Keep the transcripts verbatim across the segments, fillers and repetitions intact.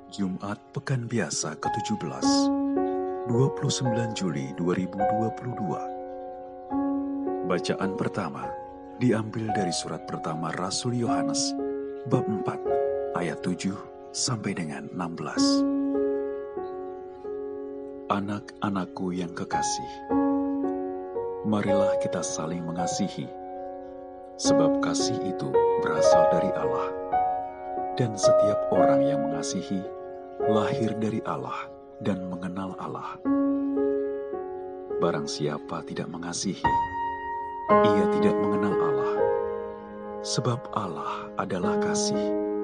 Jumat Pekan Biasa ketujuh belas, dua puluh sembilan Juli dua ribu dua puluh dua. Bacaan pertama diambil dari surat pertama Rasul Yohanes, bab empat, ayat tujuh sampai dengan enam belas. Anak-anakku yang kekasih, marilah kita saling mengasihi, sebab kasih itu berasal dari Allah. Dan setiap orang yang mengasihi, lahir dari Allah dan mengenal Allah. Barang siapa tidak mengasihi, ia tidak mengenal Allah, sebab Allah adalah kasih.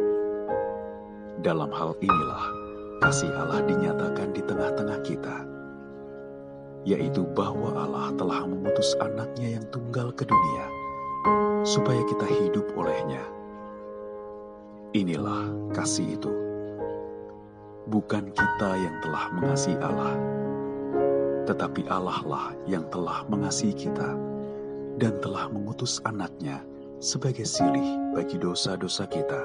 Dalam hal inilah kasih Allah dinyatakan di tengah-tengah kita, yaitu bahwa Allah telah mengutus anaknya yang tunggal ke dunia, supaya kita hidup olehnya. Inilah kasih itu. Bukan kita yang telah mengasihi Allah, tetapi Allah lah yang telah mengasihi kita dan telah mengutus anaknya sebagai silih bagi dosa-dosa kita.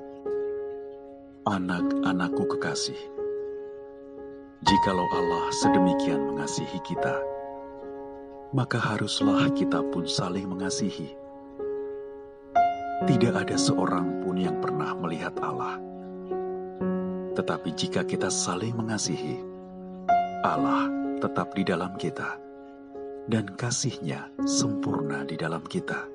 Anak-anakku kekasih, jikalau Allah sedemikian mengasihi kita, maka haruslah kita pun saling mengasihi. Tidak ada seorang pun yang pernah melihat Allah. Tetapi jika kita saling mengasihi, Allah tetap di dalam kita, dan kasih-Nya sempurna di dalam kita.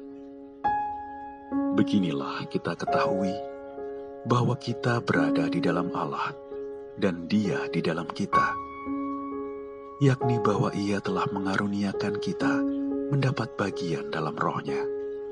Beginilah kita ketahui bahwa kita berada di dalam Allah, dan Dia di dalam kita, yakni bahwa Ia telah mengaruniakan kita mendapat bagian dalam Roh-Nya.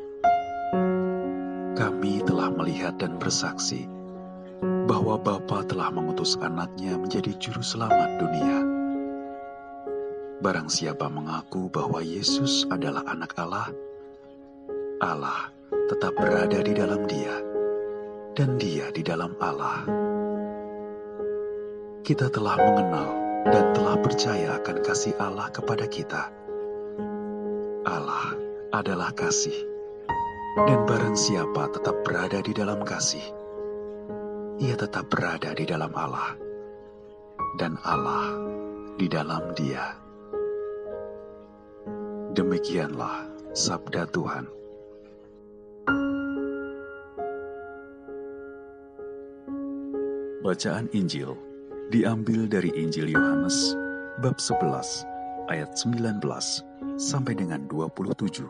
Kami telah melihat dan bersaksi bahwa Bapa telah mengutus anaknya menjadi juru selamat dunia. Barang siapa mengaku bahwa Yesus adalah anak Allah, Allah tetap berada di dalam dia, dan dia di dalam Allah. Kita telah mengenal dan telah percaya akan kasih Allah kepada kita. Allah adalah kasih. Dan barang siapa tetap berada di dalam kasih, ia tetap berada di dalam Allah, dan Allah di dalam dia. Demikianlah sabda Tuhan. Bacaan Injil diambil dari Injil Yohanes, bab sebelas, ayat sembilan belas sampai dengan dua puluh tujuh.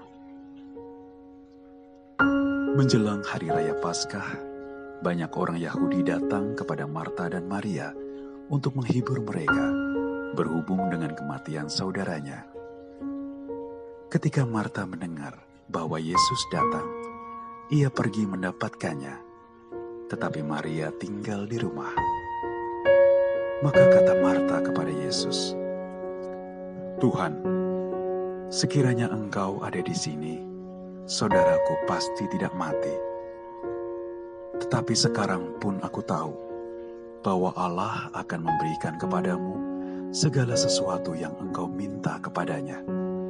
Menjelang hari raya Paskah, banyak orang Yahudi datang kepada Marta dan Maria untuk menghibur mereka berhubung dengan kematian saudaranya. Ketika Marta mendengar bahwa Yesus datang, ia pergi mendapatkannya, tetapi Maria tinggal di rumah. Maka kata Marta kepada Yesus, "Tuhan, sekiranya Engkau ada di sini, saudaraku pasti tidak mati. Tetapi sekarang pun aku tahu bahwa Allah akan memberikan kepadamu segala sesuatu yang engkau minta kepadanya."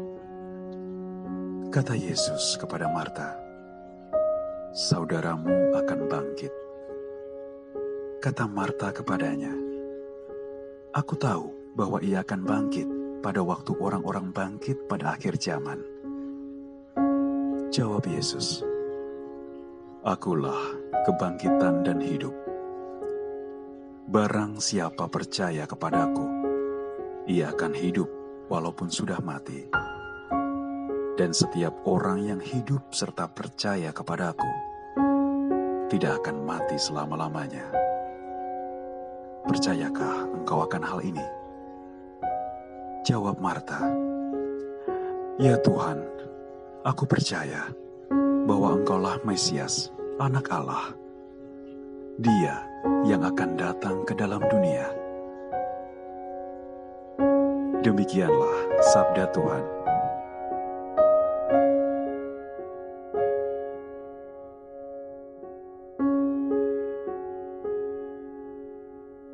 Kata Yesus kepada Marta, "Saudaramu akan bangkit." Kata Marta kepadanya, "Aku tahu bahwa ia akan bangkit pada waktu orang-orang bangkit pada akhir zaman." Jawab Yesus, "Akulah kebangkitan dan hidup. Barang siapa percaya kepadaku, ia akan hidup walaupun sudah mati. Dan setiap orang yang hidup serta percaya kepadaku, tidak akan mati selama-lamanya. Percayakah engkau akan hal ini?" Jawab Marta, "Ya Tuhan, aku percaya bahwa Engkaulah Mesias, Anak Allah, Dia yang akan datang ke dalam dunia." Demikianlah sabda Tuhan.